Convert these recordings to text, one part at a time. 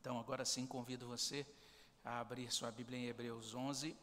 Então, agora sim, convido você a abrir sua Bíblia em Hebreus 11.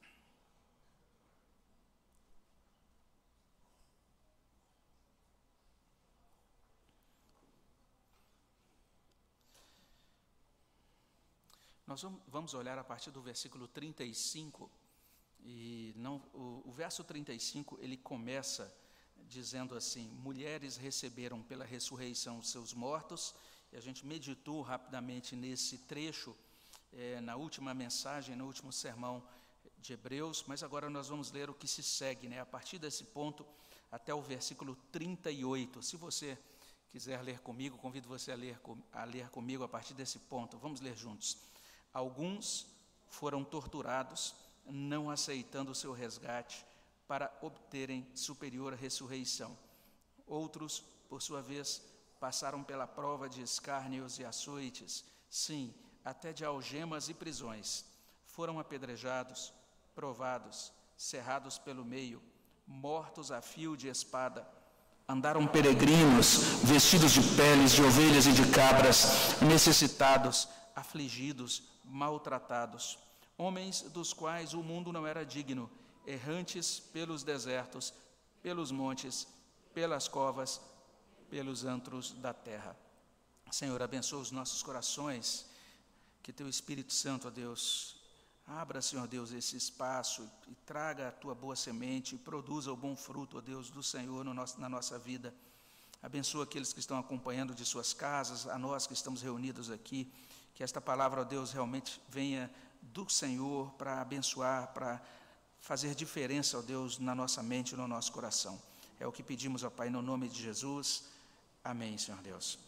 Nós vamos olhar a partir do versículo 35, e o verso 35, ele começa dizendo assim: mulheres receberam pela ressurreição os seus mortos, e a gente meditou rapidamente nesse trecho, na última mensagem, no último sermão de Hebreus, mas agora nós vamos ler o que se segue, a partir desse ponto até o versículo 38. Se você quiser ler comigo, convido você a ler comigo a partir desse ponto. Vamos ler juntos. Alguns foram torturados, não aceitando o seu resgate, para obterem superior ressurreição. Outros, por sua vez, passaram pela prova de escárnios e açoites, sim, até de algemas e prisões. Foram apedrejados, provados, cerrados pelo meio, mortos a fio de espada. Andaram peregrinos, vestidos de peles de ovelhas e de cabras, necessitados, afligidos, maltratados, homens dos quais o mundo não era digno, errantes pelos desertos, pelos montes, pelas covas, pelos antros da terra. Senhor, abençoa os nossos corações, que Teu Espírito Santo, ó Deus, abra, Senhor Deus, esse espaço e traga a Tua boa semente e produza o bom fruto, ó Deus, do Senhor na nossa vida. Abençoa aqueles que estão acompanhando de suas casas, a nós que estamos reunidos aqui, que esta palavra, ó Deus, realmente venha do Senhor para abençoar, para fazer diferença, ó Deus, na nossa mente e no nosso coração. É o que pedimos, ó Pai, no nome de Jesus. Amém, Senhor Deus.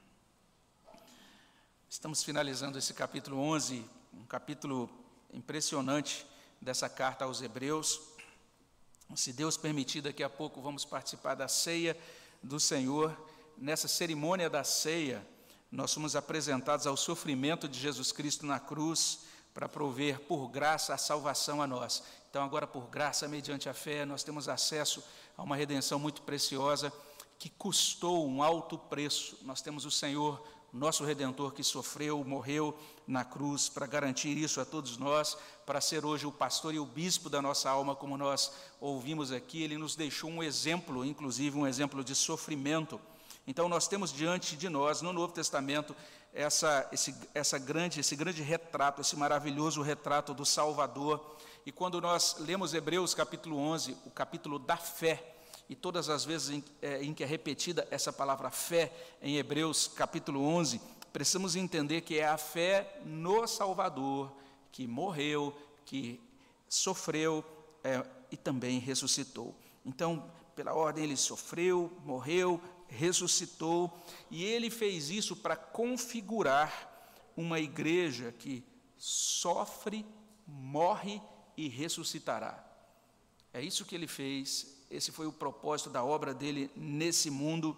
Estamos finalizando esse capítulo 11, um capítulo impressionante dessa carta aos Hebreus. Se Deus permitir, daqui a pouco vamos participar da ceia do Senhor. Nessa cerimônia da ceia, nós somos apresentados ao sofrimento de Jesus Cristo na cruz para prover por graça a salvação a nós. Então agora, por graça, mediante a fé, nós temos acesso a uma redenção muito preciosa que custou um alto preço. Nós temos o Senhor, nosso Redentor, que sofreu, morreu na cruz para garantir isso a todos nós, para ser hoje o pastor e o bispo da nossa alma, como nós ouvimos aqui. Ele nos deixou um exemplo, inclusive um exemplo de sofrimento. Então nós temos diante de nós, no Novo Testamento, esse grande retrato, esse maravilhoso retrato do Salvador. E quando nós lemos Hebreus capítulo 11, o capítulo da fé, e todas as vezes em que é repetida essa palavra fé em Hebreus capítulo 11, precisamos entender que é a fé no Salvador, que morreu, que sofreu e também ressuscitou. Então, pela ordem, ele sofreu, morreu, ressuscitou, e ele fez isso para configurar uma igreja que sofre, morre e ressuscitará. É isso que ele fez. Esse foi o propósito da obra dele nesse mundo.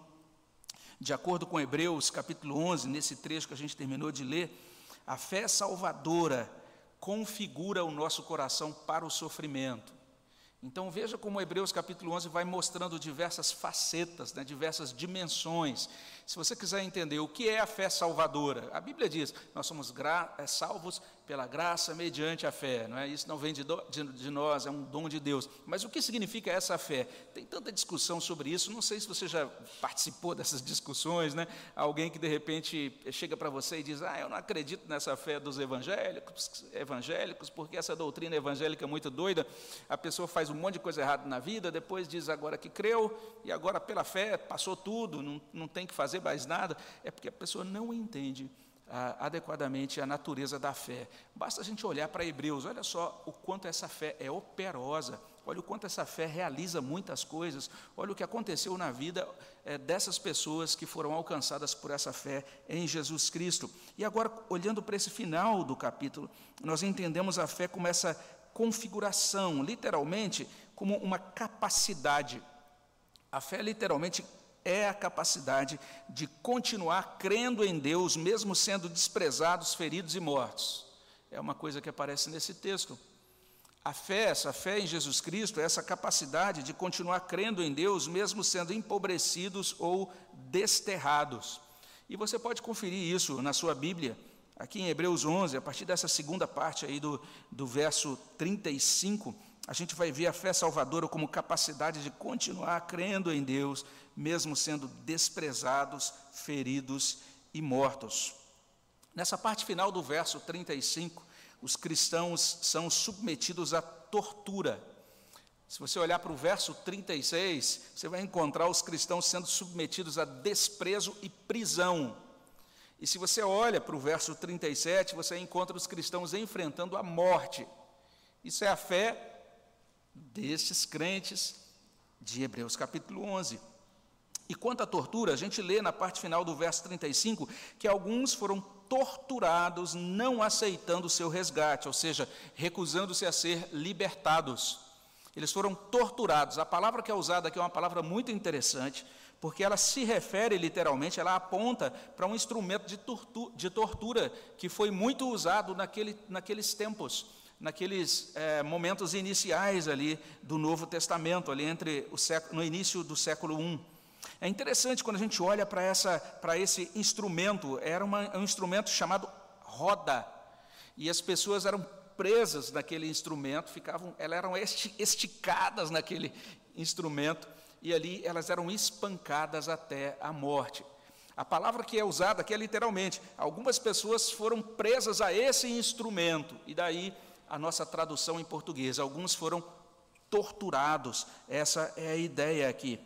De acordo com Hebreus capítulo 11, nesse trecho que a gente terminou de ler, a fé salvadora configura o nosso coração para o sofrimento. Então veja como Hebreus capítulo 11 vai mostrando diversas facetas, diversas dimensões. Se você quiser entender o que é a fé salvadora, a Bíblia diz, nós somos salvos pela graça mediante a fé, não é? Isso não vem de nós, é um dom de Deus. Mas o que significa essa fé? Tem tanta discussão sobre isso, não sei se você já participou dessas discussões, Alguém que de repente chega para você e diz, eu não acredito nessa fé dos evangélicos, porque essa doutrina evangélica é muito doida, a pessoa faz um monte de coisa errada na vida, depois diz agora que creu, e agora pela fé passou tudo, não tem que fazer mais nada. É porque a pessoa não entende adequadamente a natureza da fé. Basta a gente olhar para Hebreus, olha só o quanto essa fé é operosa, olha o quanto essa fé realiza muitas coisas, olha o que aconteceu na vida dessas pessoas que foram alcançadas por essa fé em Jesus Cristo. E agora, olhando para esse final do capítulo, nós entendemos a fé como essa configuração, literalmente como uma capacidade. A fé literalmente é a capacidade de continuar crendo em Deus, mesmo sendo desprezados, feridos e mortos. É uma coisa que aparece nesse texto. A fé, essa fé em Jesus Cristo, é essa capacidade de continuar crendo em Deus, mesmo sendo empobrecidos ou desterrados. E você pode conferir isso na sua Bíblia. aqui em Hebreus 11, a partir dessa segunda parte aí do verso 35, a gente vai ver a fé salvadora como capacidade de continuar crendo em Deus, mesmo sendo desprezados, feridos e mortos. Nessa parte final do verso 35, os cristãos são submetidos à tortura. Se você olhar para o verso 36, você vai encontrar os cristãos sendo submetidos a desprezo e prisão. E se você olha para o verso 37, você encontra os cristãos enfrentando a morte. Isso é a fé destes crentes de Hebreus capítulo 11. E quanto à tortura, a gente lê na parte final do verso 35 que alguns foram torturados não aceitando o seu resgate, ou seja, recusando-se a ser libertados. Eles foram torturados. A palavra que é usada aqui é uma palavra muito interessante, porque ela se refere literalmente, ela aponta para um instrumento de tortura que foi muito usado naqueles tempos, naqueles momentos iniciais ali do Novo Testamento, ali no início do século I. É interessante quando a gente olha para esse instrumento. Era um instrumento chamado roda, e as pessoas eram presas naquele instrumento, elas eram esticadas naquele instrumento, e ali elas eram espancadas até a morte. A palavra que é usada aqui é literalmente, algumas pessoas foram presas a esse instrumento, e daí a nossa tradução em português, alguns foram torturados. Essa é a ideia aqui.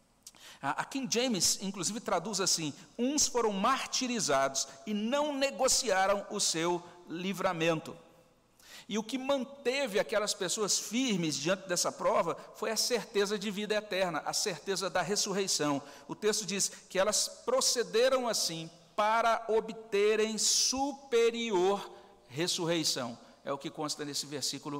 A King James, inclusive, traduz assim: uns foram martirizados e não negociaram o seu livramento. E o que manteve aquelas pessoas firmes diante dessa prova foi a certeza de vida eterna, a certeza da ressurreição. O texto diz que elas procederam assim para obterem superior ressurreição. É o que consta nesse versículo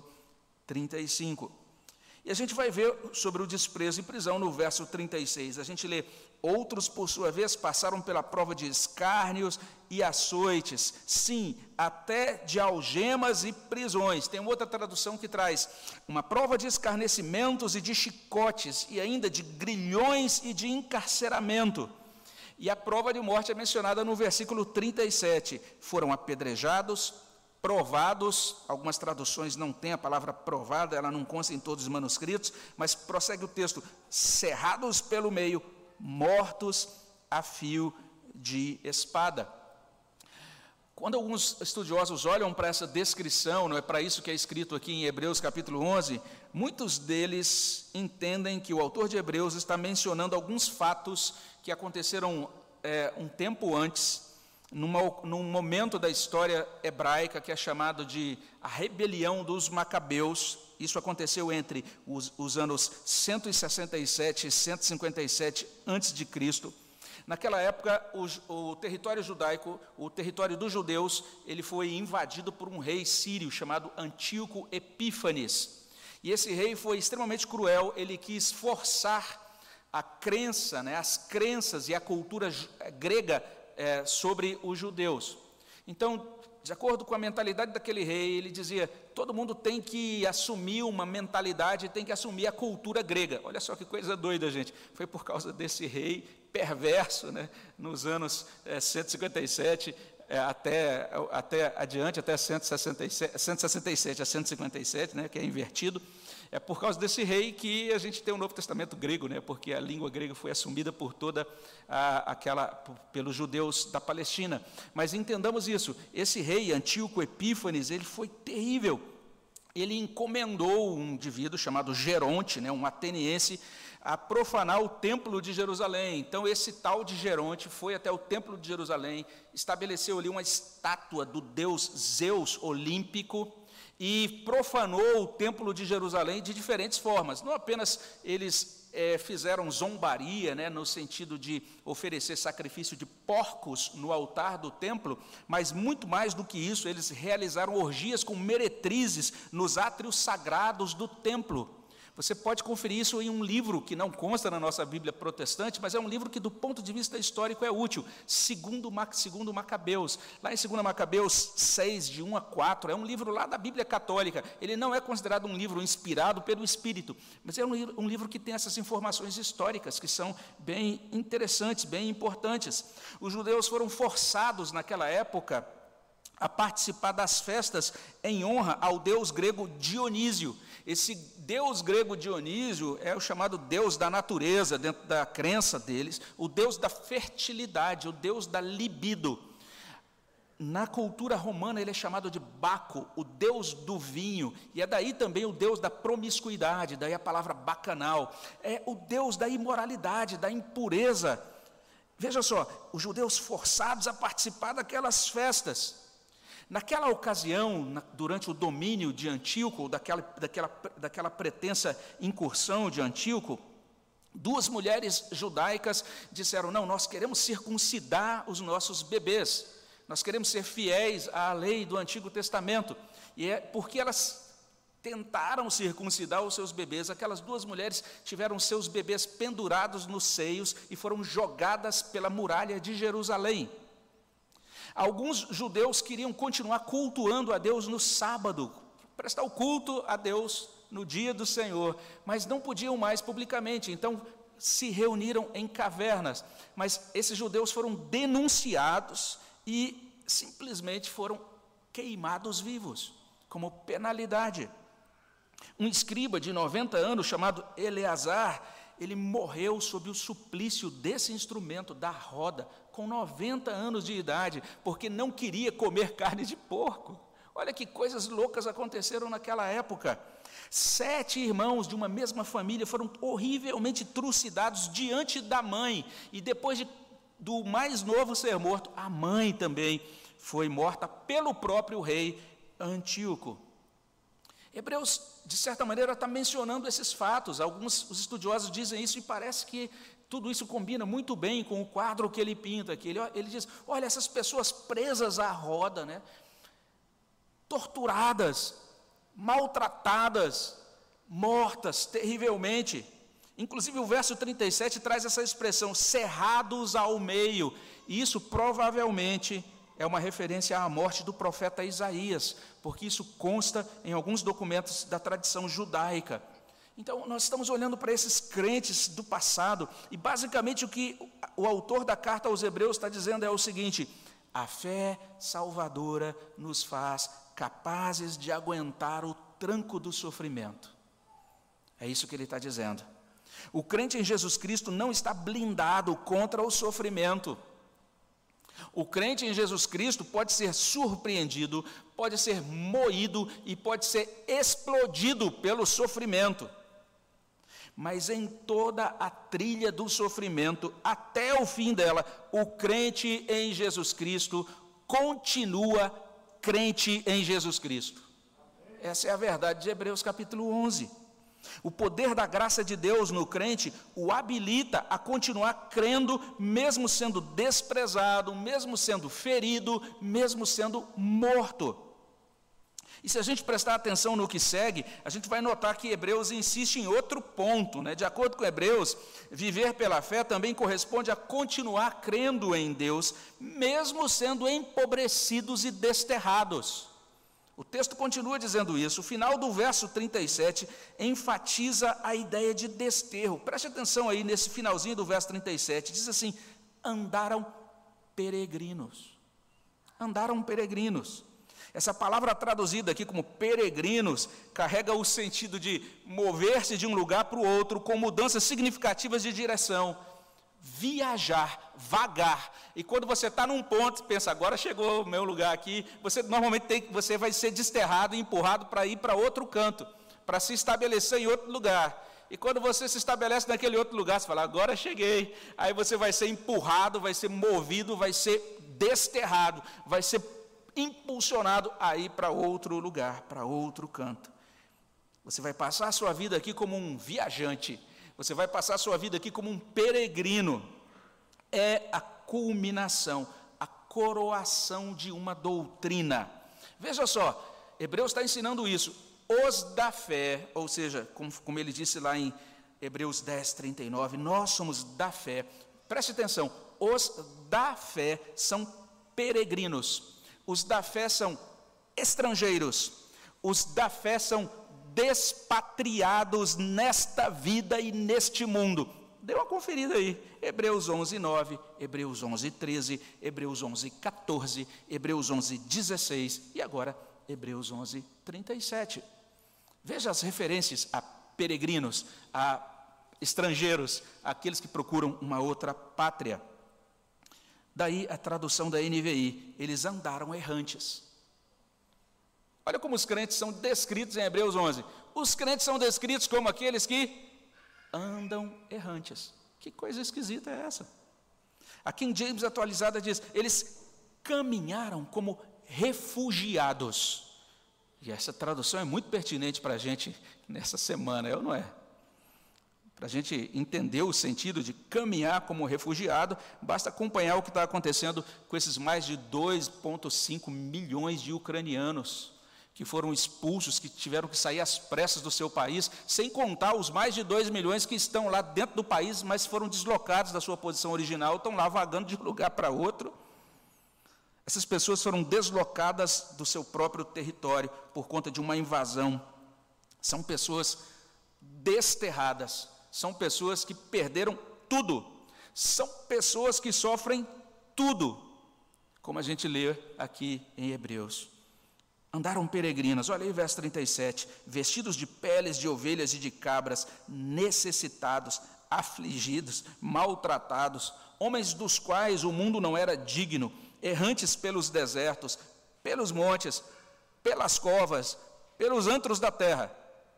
35. E a gente vai ver sobre o desprezo e prisão no verso 36. A gente lê: outros, por sua vez, passaram pela prova de escárnios e açoites, sim, até de algemas e prisões. Tem outra tradução que traz uma prova de escarnecimentos e de chicotes, e ainda de grilhões e de encarceramento. E a prova de morte é mencionada no versículo 37. Foram apedrejados, provados. Algumas traduções não têm a palavra provada, ela não consta em todos os manuscritos, mas prossegue o texto: cerrados pelo meio, mortos a fio de espada. Quando alguns estudiosos olham para essa descrição, não é para isso que é escrito aqui em Hebreus capítulo 11, muitos deles entendem que o autor de Hebreus está mencionando alguns fatos que aconteceram um tempo antes, num momento da história hebraica que é chamado de a rebelião dos Macabeus. Isso aconteceu entre os anos 167 e 157 a.C. Naquela época, o território judaico, o território dos judeus, ele foi invadido por um rei sírio chamado Antíoco Epífanes. E esse rei foi extremamente cruel. Ele quis forçar a crença, as crenças e a cultura grega sobre os judeus. Então, de acordo com a mentalidade daquele rei, ele dizia: todo mundo tem que assumir uma mentalidade, tem que assumir a cultura grega. Olha só que coisa doida, gente. Foi por causa desse rei perverso, nos anos 157 até adiante, até 167 a 157, que é invertido. É por causa desse rei que a gente tem o Novo Testamento grego, porque a língua grega foi assumida por pelos judeus da Palestina. Mas entendamos isso: esse rei Antíoco Epífanes, ele foi terrível. Ele encomendou um indivíduo chamado Geronte, um ateniense, a profanar o templo de Jerusalém. Então esse tal de Geronte foi até o templo de Jerusalém, estabeleceu ali uma estátua do deus Zeus olímpico, e profanou o templo de Jerusalém de diferentes formas. Não apenas eles fizeram zombaria, no sentido de oferecer sacrifício de porcos no altar do templo, mas muito mais do que isso, eles realizaram orgias com meretrizes nos átrios sagrados do templo. Você pode conferir isso em um livro que não consta na nossa Bíblia protestante, mas é um livro que, do ponto de vista histórico, é útil. Segundo Macabeus. Lá em 2 Macabeus 6, de 1 a 4, é um livro lá da Bíblia católica. Ele não é considerado um livro inspirado pelo Espírito, mas é um livro que tem essas informações históricas, que são bem interessantes, bem importantes. Os judeus foram forçados, naquela época, a participar das festas em honra ao deus grego Dionísio. Esse deus grego Dionísio é o chamado deus da natureza, dentro da crença deles, o deus da fertilidade, o deus da libido. Na cultura romana ele é chamado de Baco, o deus do vinho, e é daí também o deus da promiscuidade, daí a palavra bacanal, é o deus da imoralidade, da impureza. Veja só, os judeus forçados a participar daquelas festas. Naquela ocasião, durante o domínio de Antíoco, daquela pretensa incursão de Antíoco, duas mulheres judaicas disseram: não, nós queremos circuncidar os nossos bebês, nós queremos ser fiéis à lei do Antigo Testamento. E é porque elas tentaram circuncidar os seus bebês, aquelas duas mulheres tiveram seus bebês pendurados nos seios e foram jogadas pela muralha de Jerusalém. Alguns judeus queriam continuar cultuando a Deus no sábado, prestar o culto a Deus no dia do Senhor, mas não podiam mais publicamente, então se reuniram em cavernas. Mas esses judeus foram denunciados e simplesmente foram queimados vivos, como penalidade. Um escriba de 90 anos, chamado Eleazar, ele morreu sob o suplício desse instrumento, da roda, com 90 anos de idade, porque não queria comer carne de porco. Olha que coisas loucas aconteceram naquela época. 7 irmãos de uma mesma família foram horrivelmente trucidados diante da mãe, e depois do mais novo ser morto, a mãe também foi morta pelo próprio rei Antíoco. Hebreus, de certa maneira, está mencionando esses fatos. Alguns os estudiosos dizem isso e parece que tudo isso combina muito bem com o quadro que ele pinta aqui. Ele diz: olha, essas pessoas presas à roda, né? Torturadas, maltratadas, mortas terrivelmente. Inclusive o verso 37 traz essa expressão, cerrados ao meio, e isso provavelmente é uma referência à morte do profeta Isaías, porque isso consta em alguns documentos da tradição judaica. Então, nós estamos olhando para esses crentes do passado, e basicamente o que o autor da carta aos Hebreus está dizendo é o seguinte: a fé salvadora nos faz capazes de aguentar o tranco do sofrimento. É isso que ele está dizendo. O crente em Jesus Cristo não está blindado contra o sofrimento. O crente em Jesus Cristo pode ser surpreendido, pode ser moído e pode ser explodido pelo sofrimento. Mas em toda a trilha do sofrimento, até o fim dela, o crente em Jesus Cristo continua crente em Jesus Cristo. Essa é a verdade de Hebreus capítulo 11. O poder da graça de Deus no crente o habilita a continuar crendo, mesmo sendo desprezado, mesmo sendo ferido, mesmo sendo morto. E se a gente prestar atenção no que segue, a gente vai notar que Hebreus insiste em outro ponto, né? De acordo com Hebreus, viver pela fé também corresponde a continuar crendo em Deus, mesmo sendo empobrecidos e desterrados. O texto continua dizendo isso. O final do verso 37 enfatiza a ideia de desterro. Preste atenção aí nesse finalzinho do verso 37. Diz assim: andaram peregrinos. Andaram peregrinos. Essa palavra traduzida aqui como peregrinos carrega o sentido de mover-se de um lugar para o outro com mudanças significativas de direção. Viajar, vagar. E quando você está num ponto, pensa, agora chegou o meu lugar aqui, você normalmente você vai ser desterrado e empurrado para ir para outro canto, para se estabelecer em outro lugar. E quando você se estabelece naquele outro lugar, você fala, agora cheguei. Aí você vai ser empurrado, vai ser movido, vai ser desterrado, vai ser impulsionado a ir para outro lugar, para outro canto. Você vai passar a sua vida aqui como um viajante. Você vai passar a sua vida aqui como um peregrino. É a culminação, a coroação de uma doutrina. Veja só, Hebreus está ensinando isso. Os da fé, ou seja, como ele disse lá em Hebreus 10, 39, nós somos da fé. Preste atenção, os da fé são peregrinos. Os da fé são estrangeiros. Os da fé são despatriados nesta vida e neste mundo. Dê uma conferida aí, Hebreus 11, 9, Hebreus 11, 13, Hebreus 11, 14, Hebreus 11, 16 e agora Hebreus 11, 37. Veja as referências a peregrinos, a estrangeiros, aqueles que procuram uma outra pátria. Daí a tradução da NVI, eles andaram errantes. Olha como os crentes são descritos em Hebreus 11. Os crentes são descritos como aqueles que andam errantes. Que coisa esquisita é essa? A King James atualizada diz, eles caminharam como refugiados. E essa tradução é muito pertinente para a gente nessa semana, é ou não é? Para a gente entender o sentido de caminhar como refugiado, basta acompanhar o que está acontecendo com esses mais de 2,5 milhões de ucranianos que foram expulsos, que tiveram que sair às pressas do seu país, sem contar os mais de 2 milhões que estão lá dentro do país, mas foram deslocados da sua posição original, estão lá vagando de um lugar para outro. Essas pessoas foram deslocadas do seu próprio território por conta de uma invasão. São pessoas desterradas, são pessoas que perderam tudo, são pessoas que sofrem tudo, como a gente lê aqui em Hebreus. Andaram peregrinas, olha aí o verso 37, vestidos de peles de ovelhas e de cabras, necessitados, afligidos, maltratados, homens dos quais o mundo não era digno, errantes pelos desertos, pelos montes, pelas covas, pelos antros da terra.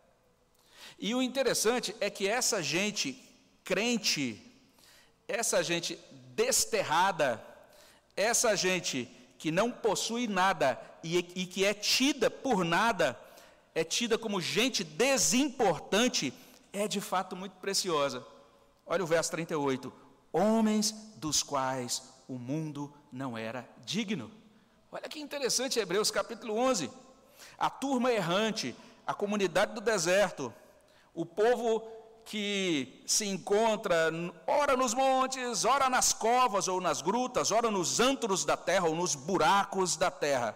E o interessante é que essa gente crente, essa gente desterrada, essa gente que não possui nada e que é tida por nada, é tida como gente desimportante, é de fato muito preciosa. Olha o verso 38, homens dos quais o mundo não era digno. Olha que interessante Hebreus capítulo 11, a turma errante, a comunidade do deserto, o povo que se encontra, ora nos montes, ora nas covas ou nas grutas, ora nos antros da terra ou nos buracos da terra.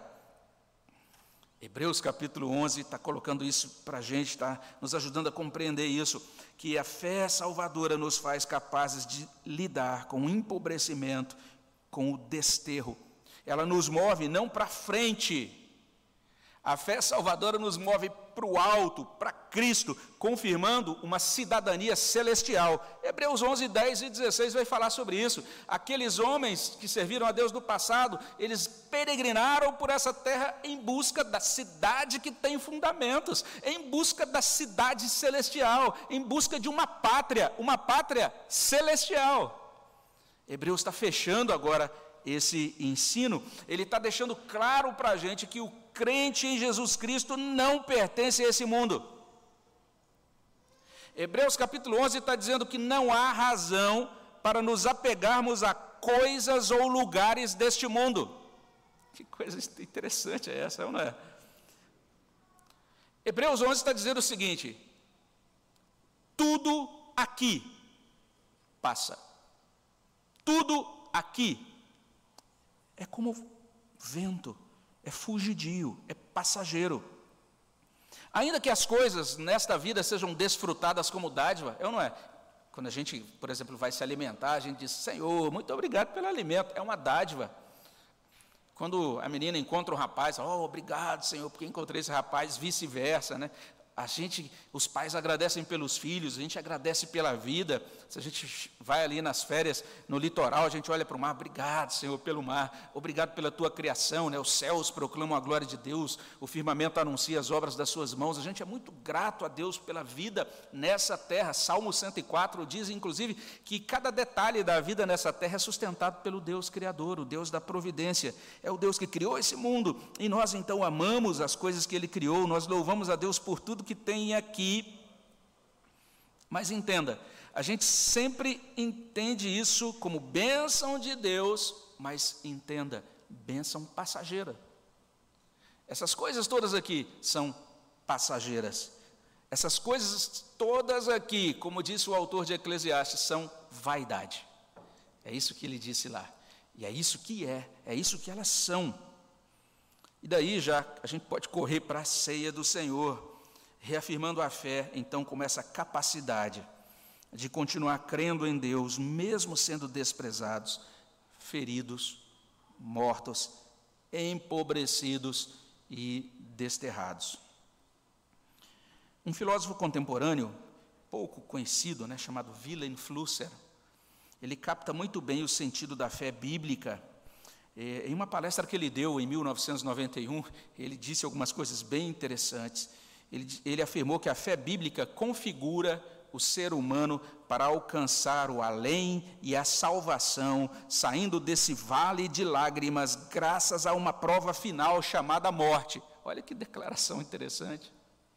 Hebreus capítulo 11 está colocando isso para a gente, está nos ajudando a compreender isso, que a fé salvadora nos faz capazes de lidar com o empobrecimento, com o desterro. Ela nos move não para frente. A fé salvadora nos move para o alto, para Cristo, confirmando uma cidadania celestial. Hebreus 11, 10 e 16 vai falar sobre isso. Aqueles homens que serviram a Deus no passado, eles peregrinaram por essa terra em busca da cidade que tem fundamentos, em busca da cidade celestial, em busca de uma pátria celestial. Hebreus está fechando agora esse ensino, ele está deixando claro para a gente que o crente em Jesus Cristo não pertence a esse mundo. Hebreus capítulo 11 está dizendo que não há razão para nos apegarmos a coisas ou lugares deste mundo. Que coisa interessante é essa, não é? Hebreus 11 está dizendo o seguinte, tudo aqui passa, tudo aqui é como vento, é fugidio, é passageiro. Ainda que as coisas nesta vida sejam desfrutadas como dádiva, é ou não é? Quando a gente, por exemplo, vai se alimentar, a gente diz, Senhor, muito obrigado pelo alimento, é uma dádiva. Quando a menina encontra um rapaz, obrigado, Senhor, porque encontrei esse rapaz, vice-versa, né? Os pais agradecem pelos filhos, a gente agradece pela vida. Se a gente vai ali nas férias, no litoral, a gente olha para o mar, obrigado, Senhor, pelo mar, obrigado pela tua criação, né? Os céus proclamam a glória de Deus, o firmamento anuncia as obras das suas mãos. A gente é muito grato a Deus pela vida nessa terra. Salmo 104 diz, inclusive, que cada detalhe da vida nessa terra é sustentado pelo Deus Criador, o Deus da providência. É o Deus que criou esse mundo, e nós então amamos as coisas que Ele criou, nós louvamos a Deus por tudo que tem aqui. Mas entenda, a gente sempre entende isso como bênção de Deus, mas entenda, bênção passageira. Essas coisas todas aqui são passageiras. Essas coisas todas aqui, como disse o autor de Eclesiastes, são vaidade. É isso que ele disse lá. E é isso que é isso que elas são. E daí já a gente pode correr para a ceia do Senhor, reafirmando a fé, então, como essa capacidade de continuar crendo em Deus, mesmo sendo desprezados, feridos, mortos, empobrecidos e desterrados. Um filósofo contemporâneo, pouco conhecido, chamado Wilhelm Flusser, ele capta muito bem o sentido da fé bíblica. Em uma palestra que ele deu em 1991, ele disse algumas coisas bem interessantes. Ele afirmou que a fé bíblica configura o ser humano para alcançar o além e a salvação, saindo desse vale de lágrimas, graças a uma prova final chamada morte. Olha que declaração interessante.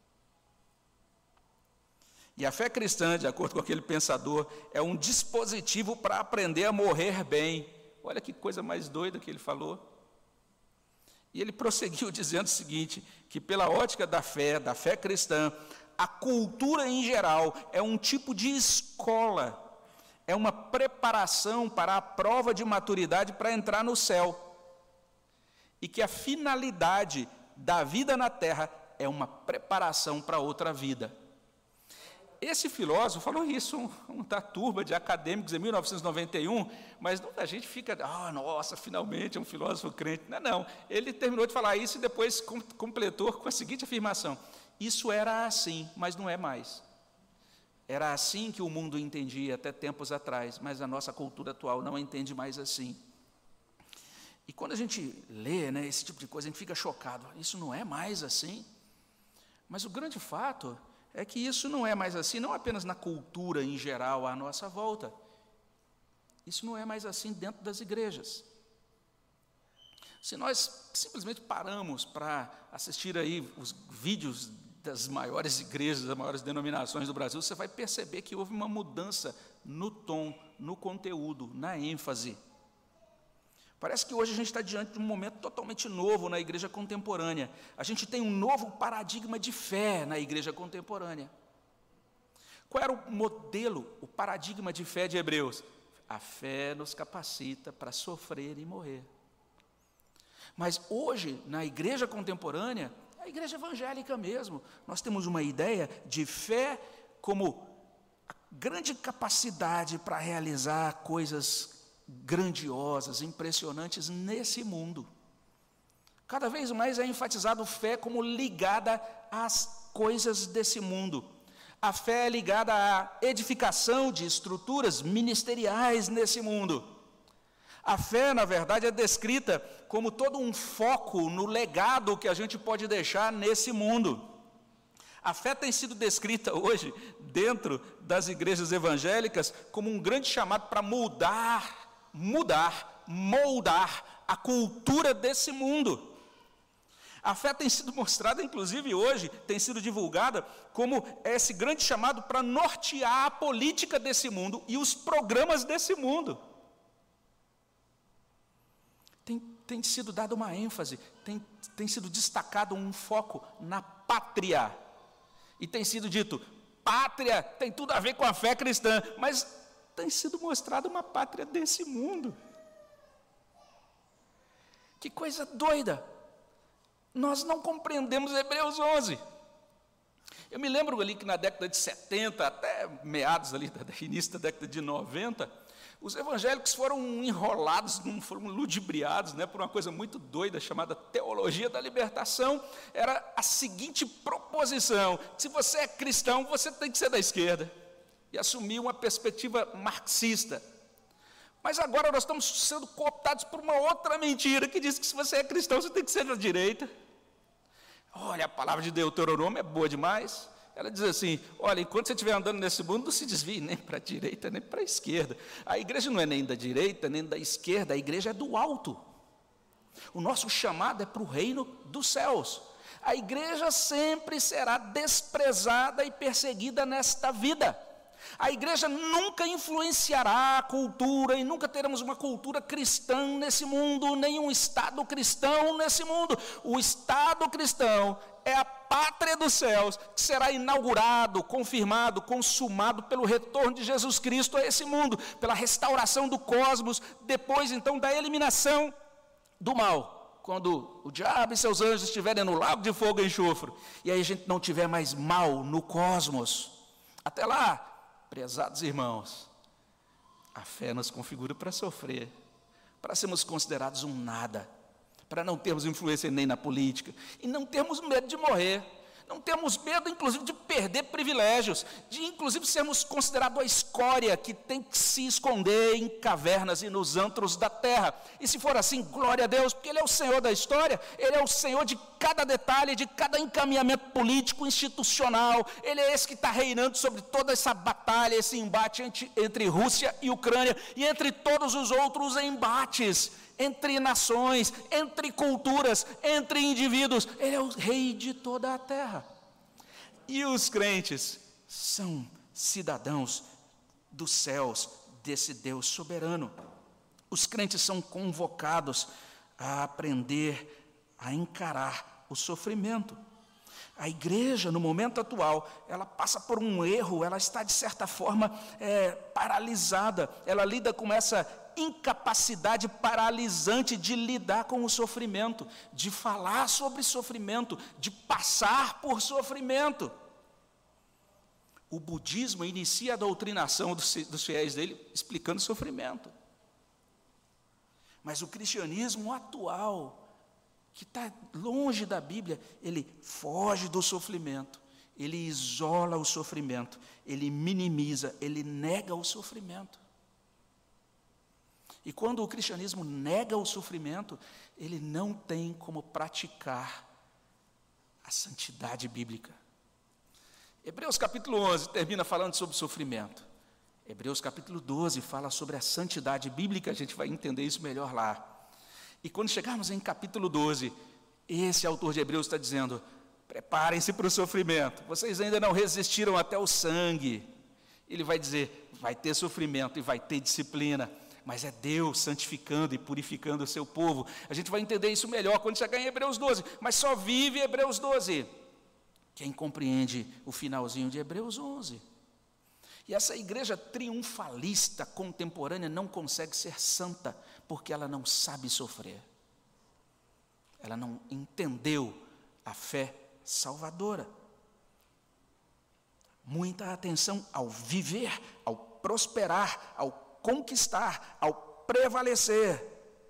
E a fé cristã, de acordo com aquele pensador, é um dispositivo para aprender a morrer bem. Olha que coisa mais doida que ele falou. E ele prosseguiu dizendo o seguinte, que pela ótica da fé cristã, a cultura em geral é um tipo de escola, é uma preparação para a prova de maturidade para entrar no céu. E que a finalidade da vida na terra é uma preparação para outra vida. Esse filósofo falou isso, uma turba de acadêmicos em 1991, mas a gente fica, nossa, finalmente é um filósofo crente. Não, ele terminou de falar isso e depois completou com a seguinte afirmação: isso era assim, mas não é mais. Era assim que o mundo entendia até tempos atrás, mas a nossa cultura atual não entende mais assim. E quando a gente lê esse tipo de coisa, a gente fica chocado, isso não é mais assim. Mas o grande fato é que isso não é mais assim, não apenas na cultura em geral à nossa volta. Isso não é mais assim dentro das igrejas. Se nós simplesmente paramos para assistir aí os vídeos das maiores igrejas, das maiores denominações do Brasil, você vai perceber que houve uma mudança no tom, no conteúdo, na ênfase. Parece que hoje a gente está diante de um momento totalmente novo na igreja contemporânea. A gente tem um novo paradigma de fé na igreja contemporânea. Qual era o modelo, o paradigma de fé de Hebreus? A fé nos capacita para sofrer e morrer. Mas hoje, na igreja contemporânea, a igreja evangélica mesmo, nós temos uma ideia de fé como a grande capacidade para realizar coisas grandiosas, impressionantes nesse mundo. Cada vez mais é enfatizado fé como ligada às coisas desse mundo. A fé é ligada à edificação de estruturas ministeriais nesse mundo. A fé, na verdade, é descrita como todo um foco no legado que a gente pode deixar nesse mundo. A fé tem sido descrita hoje, dentro das igrejas evangélicas, como um grande chamado para moldar a cultura desse mundo. A fé tem sido mostrada, inclusive hoje, tem sido divulgada como esse grande chamado para nortear a política desse mundo e os programas desse mundo. Tem sido dada uma ênfase, tem sido destacado um foco na pátria. E tem sido dito, pátria tem tudo a ver com a fé cristã, mas tem sido mostrada uma pátria desse mundo. Que coisa doida! Nós não compreendemos Hebreus 11. Eu me lembro ali que na década de 70, até meados ali, início da década de 90, os evangélicos foram enrolados, foram ludibriados, por uma coisa muito doida chamada teologia da libertação. Era a seguinte proposição: se você é cristão, você tem que ser da esquerda, e assumir uma perspectiva marxista. Mas agora nós estamos sendo cooptados por uma outra mentira, que diz que se você é cristão, você tem que ser da direita. Olha, a palavra de Deuteronômio é boa demais. Ela diz assim, olha, enquanto você estiver andando nesse mundo, não se desvie nem para a direita, nem para a esquerda. A igreja não é nem da direita, nem da esquerda, a igreja é do alto. O nosso chamado é para o reino dos céus. A igreja sempre será desprezada e perseguida nesta vida. A igreja nunca influenciará a cultura e nunca teremos uma cultura cristã nesse mundo, nem um Estado cristão nesse mundo. O Estado cristão é a pátria dos céus, que será inaugurado, confirmado, consumado pelo retorno de Jesus Cristo a esse mundo, pela restauração do cosmos, depois então da eliminação do mal, quando o diabo e seus anjos estiverem no lago de fogo e enxofre, e aí a gente não tiver mais mal no cosmos. Até lá, prezados irmãos, a fé nos configura para sofrer, para sermos considerados um nada, para não termos influência nem na política, e não termos medo de morrer, não temos medo, inclusive, de perder privilégios, de, inclusive, sermos considerados a escória que tem que se esconder em cavernas e nos antros da terra. E se for assim, glória a Deus, porque Ele é o Senhor da história, Ele é o Senhor de cada detalhe, de cada encaminhamento político, institucional. Ele é esse que está reinando sobre toda essa batalha, esse embate entre Rússia e Ucrânia, e entre todos os outros embates, entre nações, entre culturas, entre indivíduos. Ele é o rei de toda a terra. E os crentes são cidadãos dos céus desse Deus soberano. Os crentes são convocados a aprender a encarar o sofrimento. A igreja, no momento atual, ela passa por um erro, ela está, de certa forma, paralisada. Ela lida com essa incapacidade paralisante de lidar com o sofrimento, de falar sobre sofrimento, de passar por sofrimento. O budismo inicia a doutrinação dos fiéis dele explicando sofrimento. Mas o cristianismo atual, que está longe da Bíblia, ele foge do sofrimento, ele isola o sofrimento, ele minimiza, ele nega o sofrimento. E quando o cristianismo nega o sofrimento, ele não tem como praticar a santidade bíblica. Hebreus capítulo 11 termina falando sobre sofrimento. Hebreus capítulo 12 fala sobre a santidade bíblica, a gente vai entender isso melhor lá. E quando chegarmos em capítulo 12, esse autor de Hebreus está dizendo: preparem-se para o sofrimento, vocês ainda não resistiram até o sangue. Ele vai dizer, vai ter sofrimento e vai ter disciplina, mas é Deus santificando e purificando o seu povo. A gente vai entender isso melhor quando chegar em Hebreus 12, mas só vive Hebreus 12 quem compreende o finalzinho de Hebreus 11. E essa igreja triunfalista contemporânea não consegue ser santa, porque ela não sabe sofrer. Ela não entendeu a fé salvadora. Muita atenção ao viver, ao prosperar, ao conquistar, ao prevalecer.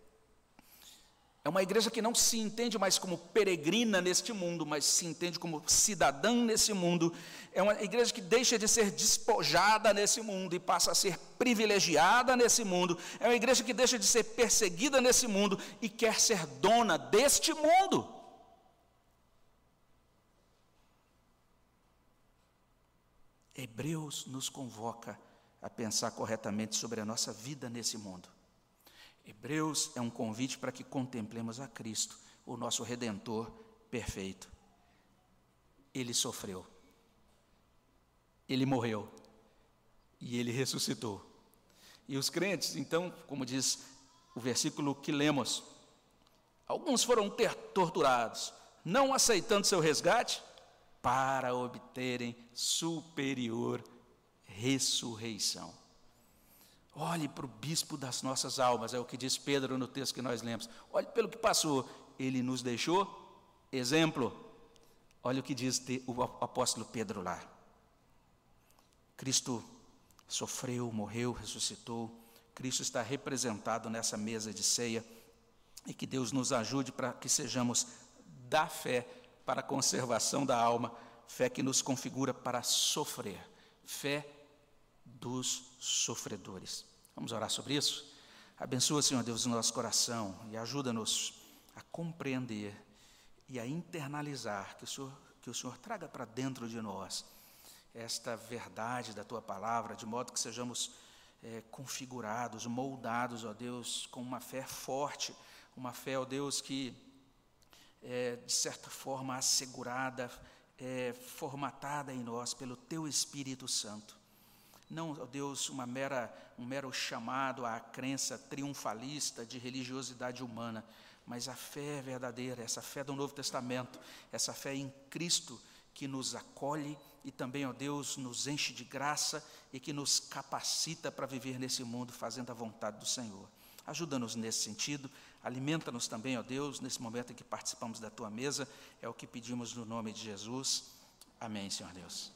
É uma igreja que não se entende mais como peregrina neste mundo, mas se entende como cidadã nesse mundo. É uma igreja que deixa de ser despojada nesse mundo e passa a ser privilegiada nesse mundo. É uma igreja que deixa de ser perseguida nesse mundo e quer ser dona deste mundo. Hebreus nos convoca a pensar corretamente sobre a nossa vida nesse mundo. Hebreus é um convite para que contemplemos a Cristo, o nosso Redentor perfeito. Ele sofreu, Ele morreu e Ele ressuscitou. E os crentes, então, como diz o versículo que lemos, alguns foram torturados, não aceitando seu resgate, para obterem superior ressurreição. Olhe para o bispo das nossas almas, é o que diz Pedro no texto que nós lemos. Olhe pelo que passou, ele nos deixou exemplo. Olha o que diz o apóstolo Pedro lá. Cristo sofreu, morreu, ressuscitou. Cristo está representado nessa mesa de ceia. E que Deus nos ajude para que sejamos da fé para a conservação da alma, fé que nos configura para sofrer, fé dos sofredores. Vamos orar sobre isso? Abençoa, Senhor Deus, o nosso coração e ajuda-nos a compreender e a internalizar, que o Senhor traga para dentro de nós esta verdade da Tua palavra, de modo que sejamos configurados, moldados, ó Deus, com uma fé forte, uma fé, ó Deus, que de certa forma assegurada, formatada em nós pelo Teu Espírito Santo. Não, ó Deus, um mero chamado à crença triunfalista de religiosidade humana, mas a fé verdadeira, essa fé do Novo Testamento, essa fé em Cristo que nos acolhe e também, ó Deus, nos enche de graça e que nos capacita para viver nesse mundo fazendo a vontade do Senhor. Ajuda-nos nesse sentido, alimenta-nos também, ó Deus, nesse momento em que participamos da Tua mesa, é o que pedimos no nome de Jesus. Amém, Senhor Deus.